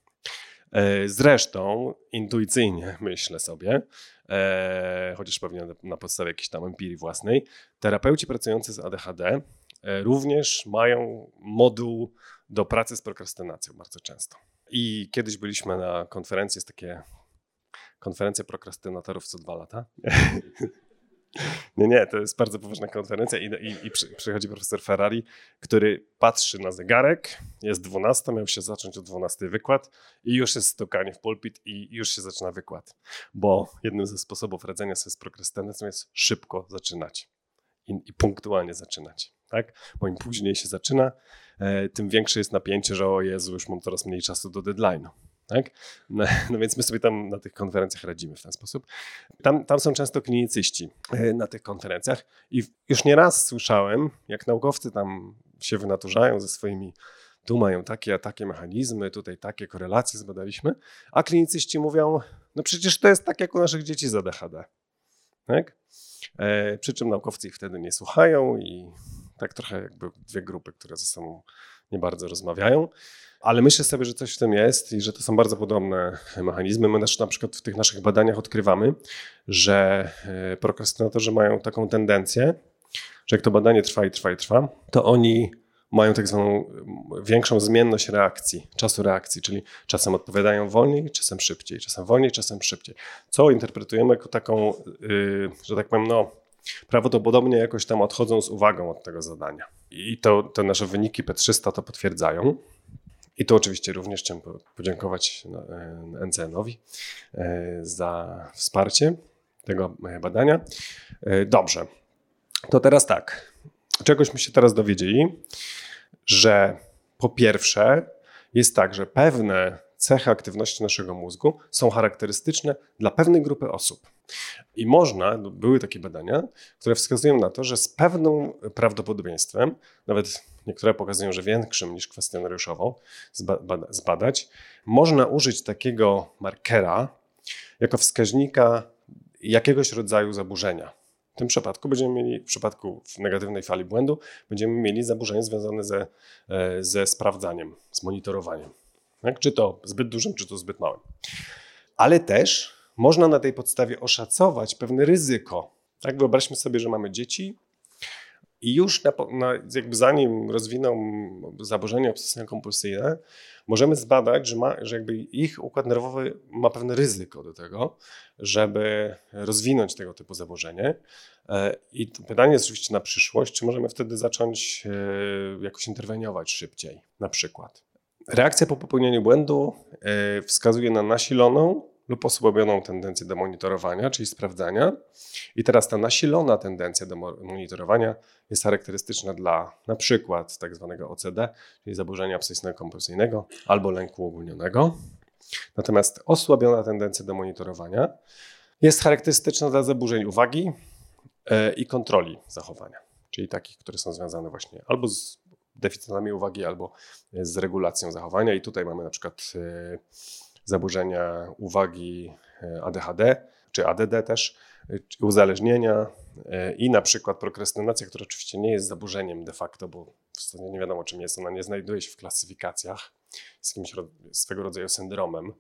Zresztą intuicyjnie myślę sobie, e, chociaż pewnie na podstawie jakiejś tam empirii własnej, terapeuci pracujący z A D H D e, również mają moduł do pracy z prokrastynacją bardzo często. I kiedyś byliśmy na konferencji, jest takie konferencja prokrastynatorów co dwa lata. Nie, nie, to jest bardzo poważna konferencja i, i, i przy, przychodzi profesor Ferrari, który patrzy na zegarek, jest dwunasta, miał się zacząć o dwunastej wykład i już jest stukanie w pulpit i już się zaczyna wykład, bo jednym ze sposobów radzenia sobie z prokrastynacją jest szybko zaczynać i, i punktualnie zaczynać, tak? Bo im później się zaczyna, e, tym większe jest napięcie, że o Jezu, już mam coraz mniej czasu do deadline'u. Tak? No, no więc my sobie tam na tych konferencjach radzimy w ten sposób. Tam, tam są często klinicyści na tych konferencjach i już nieraz słyszałem, jak naukowcy tam się wynaturzają ze swoimi, tu mają takie, a takie mechanizmy, tutaj takie korelacje zbadaliśmy, a klinicyści mówią, no przecież to jest tak jak u naszych dzieci z A D H D. Tak? E, przy czym naukowcy ich wtedy nie słuchają i tak trochę jakby dwie grupy, które ze sobą nie bardzo rozmawiają. Ale myślę sobie, że coś w tym jest i że to są bardzo podobne mechanizmy. My na przykład w tych naszych badaniach odkrywamy, że prokrastynatorzy mają taką tendencję, że jak to badanie trwa i trwa i trwa, to oni mają tak zwaną większą zmienność reakcji, czasu reakcji, czyli czasem odpowiadają wolniej, czasem szybciej, czasem wolniej, czasem szybciej. Co interpretujemy jako taką, że tak powiem, no prawdopodobnie jakoś tam odchodzą z uwagą od tego zadania. I to te nasze wyniki P trzysta to potwierdzają. I tu oczywiście również chciałem podziękować N C N-owi za wsparcie tego badania. Dobrze, to teraz tak. Czegośmy się teraz dowiedzieli, że po pierwsze jest tak, że pewne cechy aktywności naszego mózgu są charakterystyczne dla pewnej grupy osób. I można, były takie badania, które wskazują na to, że z pewnym prawdopodobieństwem, nawet niektóre pokazują, że większym niż kwestionariuszowo zbadać, można użyć takiego markera jako wskaźnika jakiegoś rodzaju zaburzenia. W tym przypadku będziemy mieli, w przypadku negatywnej fali błędu, będziemy mieli zaburzenie związane ze, ze sprawdzaniem, z monitorowaniem. Tak? Czy to zbyt dużym, czy to zbyt małym. Ale też można na tej podstawie oszacować pewne ryzyko. Tak? Wyobraźmy sobie, że mamy dzieci i już na, na, jakby zanim rozwiną zaburzenie obsesyjno-kompulsyjne, możemy zbadać, że, ma, że jakby ich układ nerwowy ma pewne ryzyko do tego, żeby rozwinąć tego typu zaburzenie. I to pytanie jest oczywiście na przyszłość, czy możemy wtedy zacząć jakoś interweniować szybciej, na przykład. Reakcja po popełnieniu błędu wskazuje na nasiloną lub osłabioną tendencję do monitorowania, czyli sprawdzania. I teraz ta nasilona tendencja do monitorowania jest charakterystyczna dla na przykład tak zwanego O C D, czyli zaburzenia obsesyjno-kompulsyjnego albo lęku uogólnionego. Natomiast osłabiona tendencja do monitorowania jest charakterystyczna dla zaburzeń uwagi i kontroli zachowania, czyli takich, które są związane właśnie albo z deficytami uwagi, albo z regulacją zachowania. I tutaj mamy na przykład zaburzenia uwagi A D H D, czy A D D też, uzależnienia i na przykład prokrastynacja, która oczywiście nie jest zaburzeniem de facto, bo w zasadzie nie wiadomo czym jest, ona nie znajduje się w klasyfikacjach, jest jakimś swego rodzaju syndromem.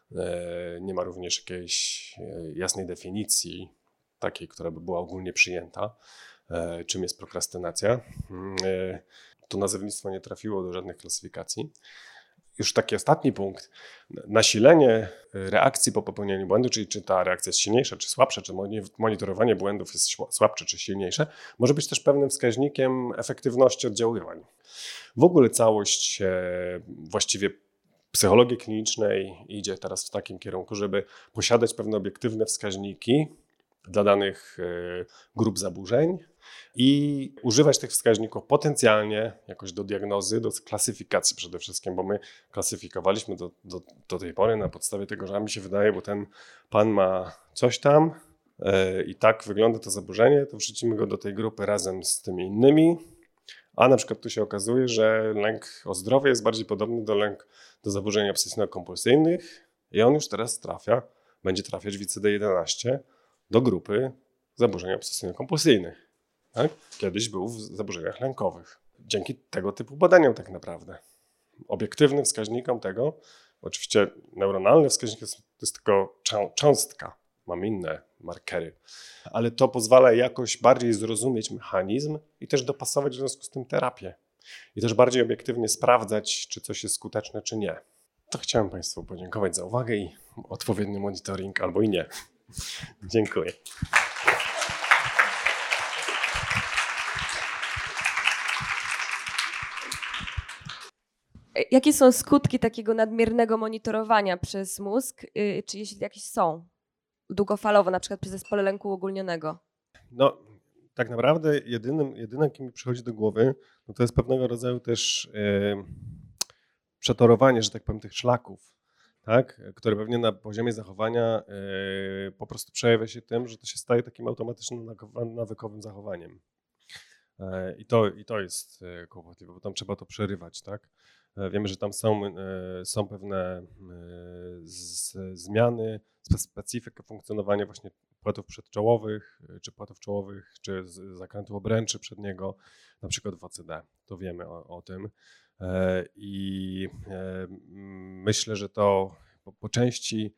Nie ma również jakiejś jasnej definicji, takiej, która by była ogólnie przyjęta, czym jest prokrastynacja. To nazewnictwo nie trafiło do żadnych klasyfikacji. już taki ostatni punkt, nasilenie reakcji po popełnieniu błędu, czyli czy ta reakcja jest silniejsza, czy słabsza, czy monitorowanie błędów jest słabsze, czy silniejsze, może być też pewnym wskaźnikiem efektywności oddziaływań. W ogóle całość właściwie psychologii klinicznej idzie teraz w takim kierunku, żeby posiadać pewne obiektywne wskaźniki dla danych grup zaburzeń i używać tych wskaźników potencjalnie jakoś do diagnozy, do klasyfikacji przede wszystkim, bo my klasyfikowaliśmy do, do, do tej pory na podstawie tego, że mi się wydaje, bo ten pan ma coś tam yy, i tak wygląda to zaburzenie, to wrzucimy go do tej grupy razem z tymi innymi, a na przykład tu się okazuje, że lęk o zdrowie jest bardziej podobny do lęk do zaburzeń obsesyjno-kompulsyjnych i on już teraz trafia, będzie trafiać w I C D jedenaście do grupy zaburzeń obsesyjno-kompulsyjnych. Tak? Kiedyś był w zaburzeniach lękowych. Dzięki tego typu badaniom tak naprawdę. Obiektywnym wskaźnikom tego, oczywiście neuronalny wskaźnik to jest, to jest tylko cząstka, mamy inne markery, ale to pozwala jakoś bardziej zrozumieć mechanizm i też dopasować w związku z tym terapię. I też bardziej obiektywnie sprawdzać, czy coś jest skuteczne, czy nie. To chciałem Państwu podziękować za uwagę i odpowiedni monitoring albo i nie. Dziękuję. Jakie są skutki takiego nadmiernego monitorowania przez mózg, yy, czy jeśli jakieś są, długofalowo, na przykład przy zespole lęku uogólnionego? No, tak naprawdę jedynym, jedyne, jakie mi przychodzi do głowy, no to jest pewnego rodzaju też yy, przetorowanie, że tak powiem, tych szlaków, tak? Które pewnie na poziomie zachowania yy, po prostu przejawia się tym, że to się staje takim automatycznym, nawykowym zachowaniem. Yy, I to, i to jest yy, kłopotliwe, bo tam trzeba to przerywać, tak? Wiemy, że tam są, są pewne z, zmiany, specyfika funkcjonowania właśnie płatów przedczołowych, czy płatów czołowych, czy zakrętu obręczy przedniego, na przykład w O C D. To wiemy o, o tym. I myślę, że to po, po części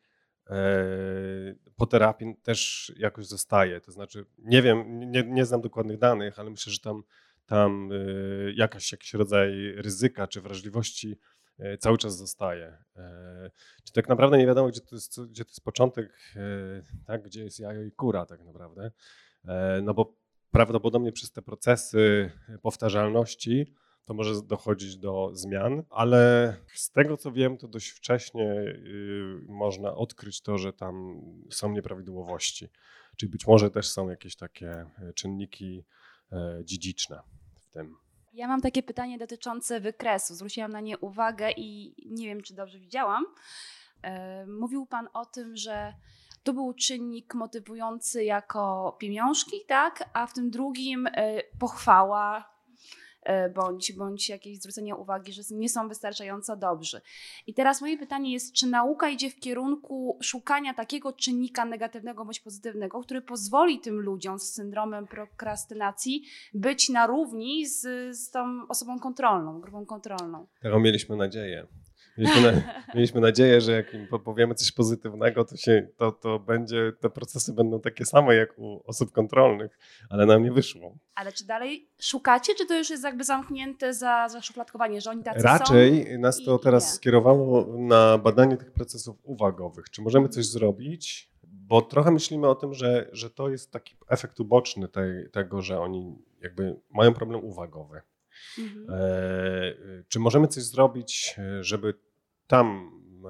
po terapii też jakoś zostaje. To znaczy, nie wiem, nie, nie znam dokładnych danych, ale myślę, że tam tam y, jakaś, jakiś rodzaj ryzyka czy wrażliwości y, cały czas zostaje. Y, czy tak naprawdę nie wiadomo, gdzie to jest, gdzie to jest początek, y, tak, gdzie jest jajo i kura tak naprawdę. Y, no bo prawdopodobnie przez te procesy powtarzalności to może dochodzić do zmian, ale z tego co wiem, to dość wcześnie y, można odkryć to, że tam są nieprawidłowości. Czyli być może też są jakieś takie czynniki dziedziczne w tym. Ja mam takie pytanie dotyczące wykresu. Zwróciłam na nie uwagę i nie wiem, czy dobrze widziałam. Mówił Pan o tym, że to był czynnik motywujący jako pieniążki, tak? A w tym drugim pochwała bądź, bądź jakieś zwrócenie uwagi, że nie są wystarczająco dobrzy. I teraz moje pytanie jest, czy nauka idzie w kierunku szukania takiego czynnika negatywnego bądź pozytywnego, który pozwoli tym ludziom z syndromem prokrastynacji być na równi z, z tą osobą kontrolną, grupą kontrolną? Tego mieliśmy nadzieję. Mieliśmy, na, mieliśmy nadzieję, że jak im powiemy coś pozytywnego, to, się, to, to będzie, te procesy będą takie same jak u osób kontrolnych, ale nam nie wyszło. Ale czy dalej szukacie, czy to już jest jakby zamknięte za, za szufladkowanie, że oni tacy Raczej są? Raczej nas to i, teraz i skierowało na badanie tych procesów uwagowych. Czy możemy coś zrobić? Bo trochę myślimy o tym, że, że to jest taki efekt uboczny tej, tego, że oni jakby mają problem uwagowy. Mhm. E, czy możemy coś zrobić, żeby tam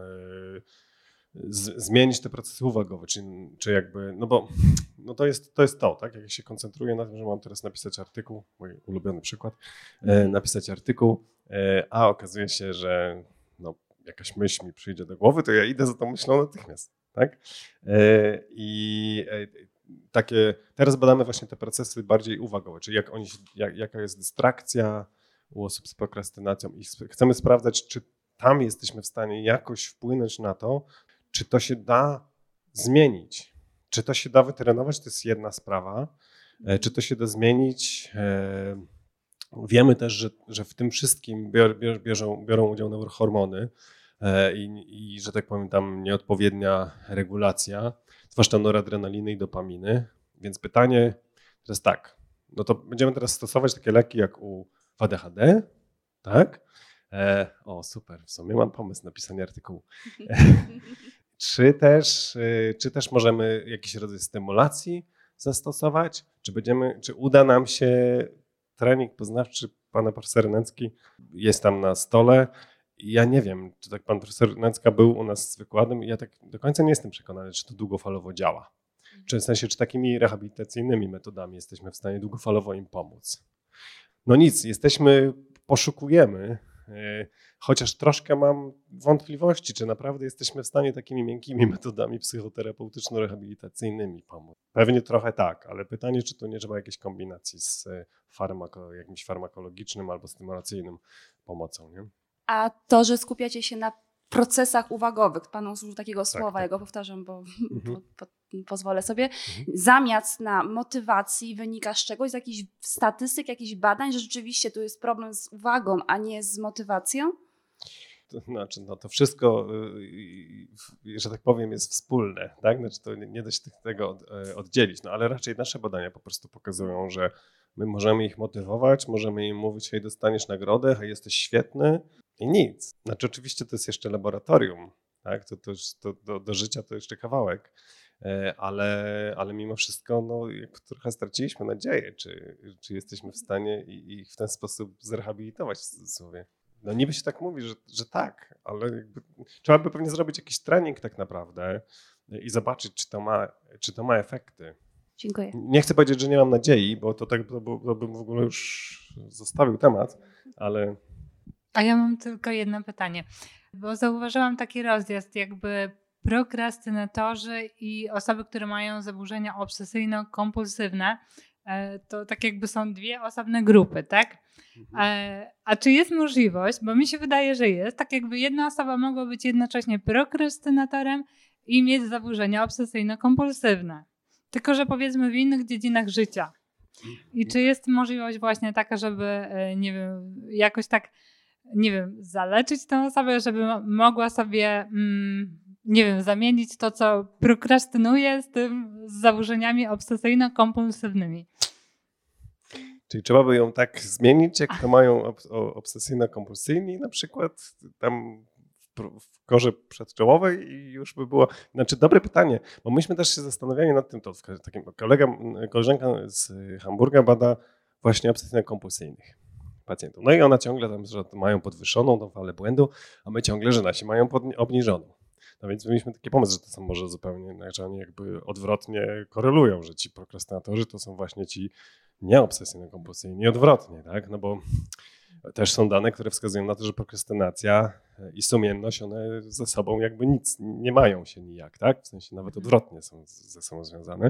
e, z, zmienić te procesy uwagowe, czy, czy jakby, no bo no to, jest, to jest to, tak? Jak ja się koncentruję na tym, że mam teraz napisać artykuł, mój ulubiony przykład, e, napisać artykuł, e, a okazuje się, że no, jakaś myśl mi przyjdzie do głowy, to ja idę za tą myślą natychmiast, tak? E, I e, takie, teraz badamy właśnie te procesy bardziej uwagowe, czyli jak oni, jak, jaka jest dystrakcja u osób z prokrastynacją i chcemy sprawdzać, czy tam jesteśmy w stanie jakoś wpłynąć na to, czy to się da zmienić, czy to się da wytrenować, to jest jedna sprawa, czy to się da zmienić. Wiemy też, że, że w tym wszystkim bior, bior, bierzą, biorą udział neurohormony i, i, że tak powiem, tam nieodpowiednia regulacja, zwłaszcza noradrenaliny i dopaminy. Więc pytanie teraz tak, no to będziemy teraz stosować takie leki jak u w A D H D, tak? E, o, super, w sumie mam pomysł na pisanie artykułu. Czy też, czy też możemy jakiś rodzaj stymulacji zastosować? Czy będziemy, czy uda nam się trening poznawczy pana profesora Nęcki jest tam na stole? Ja nie wiem, czy tak pan profesor Nęcka był u nas z wykładem i ja tak do końca nie jestem przekonany, czy to długofalowo działa. Czy w sensie, czy takimi rehabilitacyjnymi metodami jesteśmy w stanie długofalowo im pomóc? No nic, jesteśmy, poszukujemy, chociaż troszkę mam wątpliwości, czy naprawdę jesteśmy w stanie takimi miękkimi metodami psychoterapeutyczno-rehabilitacyjnymi pomóc. Pewnie trochę tak, ale pytanie, czy to nie trzeba jakiejś kombinacji z farmako, jakimś farmakologicznym albo stymulacyjnym pomocą, nie? A to, że skupiacie się na procesach uwagowych, pan użył takiego słowa, tak. ja go powtarzam, bo Mhm. po, po, pozwolę sobie, Mhm. zamiast na motywacji wynika z czegoś, z jakichś statystyk, jakichś badań, że rzeczywiście tu jest problem z uwagą, a nie z motywacją? To znaczy, no to wszystko, że tak powiem, jest wspólne, tak? Znaczy to nie da się tego oddzielić, no ale raczej nasze badania po prostu pokazują, że my możemy ich motywować, możemy im mówić, hej, dostaniesz nagrodę, hej, jesteś świetny i nic. Znaczy oczywiście to jest jeszcze laboratorium, tak? To, to, to do, do życia to jeszcze kawałek, ale, ale mimo wszystko no, jak trochę straciliśmy nadzieję, czy, czy jesteśmy w stanie ich w ten sposób zrehabilitować w cudzysłowie. No niby się tak mówi, że, że tak, ale jakby, trzeba by pewnie zrobić jakiś trening tak naprawdę i zobaczyć, czy to ma, czy to ma efekty. Dziękuję. Nie chcę powiedzieć, że nie mam nadziei, bo to, tak, to, to bym w ogóle już zostawił temat, ale... A ja mam tylko jedno pytanie, bo zauważyłam taki rozjazd, jakby prokrastynatorzy i osoby, które mają zaburzenia obsesyjno-kompulsywne, to tak jakby są dwie osobne grupy, tak? Mhm. A czy jest możliwość, bo mi się wydaje, że jest, tak jakby jedna osoba mogła być jednocześnie prokrastynatorem i mieć zaburzenia obsesyjno-kompulsywne, tylko że powiedzmy w innych dziedzinach życia. I czy jest możliwość właśnie taka, żeby, nie wiem, jakoś tak, nie wiem, zaleczyć tę osobę, żeby mogła sobie, mm, nie wiem, zamienić to, co prokrastynuje z tym, z zaburzeniami obsesyjno-kompulsywnymi. Czyli trzeba by ją tak zmienić, jak to mają obsesyjno-kompulsyjni, na przykład tam w korze przedczołowej i już by było... Znaczy dobre pytanie, bo myśmy też się zastanawiali nad tym, to takim kolega, koleżanka z Hamburga bada właśnie obsesyjno-kompulsyjnych pacjentów. No i ona ciągle tam, że mają podwyższoną tą falę błędu, a my ciągle, że nasi mają obniżoną. No więc mieliśmy taki pomysł, że to są może zupełnie, że oni jakby odwrotnie korelują, że ci prokrastynatorzy to są właśnie ci nieobsesyjno-kompulsyjni, odwrotnie, tak? No bo też są dane, które wskazują na to, że prokrastynacja i sumienność, one ze sobą jakby nic, nie mają się nijak, tak? W sensie nawet odwrotnie są ze sobą związane.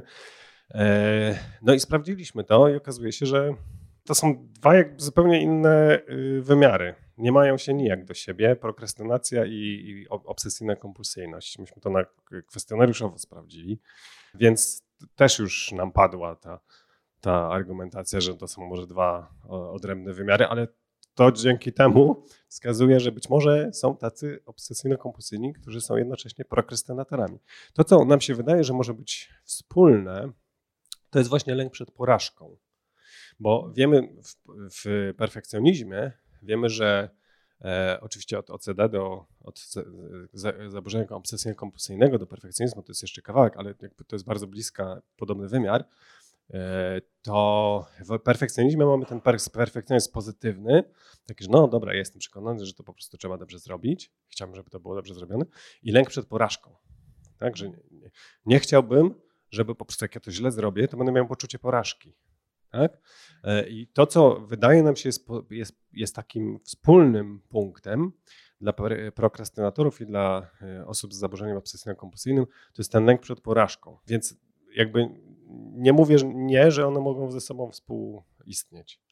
No i sprawdziliśmy to i okazuje się, że to są dwa jakby zupełnie inne wymiary. Nie mają się nijak do siebie, prokrastynacja i, i obsesyjna kompulsyjność. Myśmy to na kwestionariuszowo sprawdzili, więc też już nam padła ta, ta argumentacja, że to są może dwa odrębne wymiary, ale to dzięki temu wskazuje, że być może są tacy obsesyjno-kompulsyjni, którzy są jednocześnie prokrastynatorami. To, co nam się wydaje, że może być wspólne, to jest właśnie lęk przed porażką. Bo wiemy w, w perfekcjonizmie, wiemy, że e, oczywiście od O C D do od zaburzenia obsesyjno-kompulsyjnego do perfekcjonizmu to jest jeszcze kawałek, ale jakby to jest bardzo bliska, podobny wymiar, e, to w perfekcjonizmie mamy ten perfekcjonizm pozytywny, taki, że no dobra, ja jestem przekonany, że to po prostu trzeba dobrze zrobić, chciałbym, żeby to było dobrze zrobione i lęk przed porażką, tak, że nie, nie, nie chciałbym, żeby po prostu jak ja to źle zrobię, to będę miał poczucie porażki. Tak? I to, co wydaje nam się jest, jest, jest takim wspólnym punktem dla prokrastynatorów i dla osób z zaburzeniem obsesyjno-kompulsyjnym, to jest ten lęk przed porażką. Więc jakby nie mówię nie, że one mogą ze sobą współistnieć.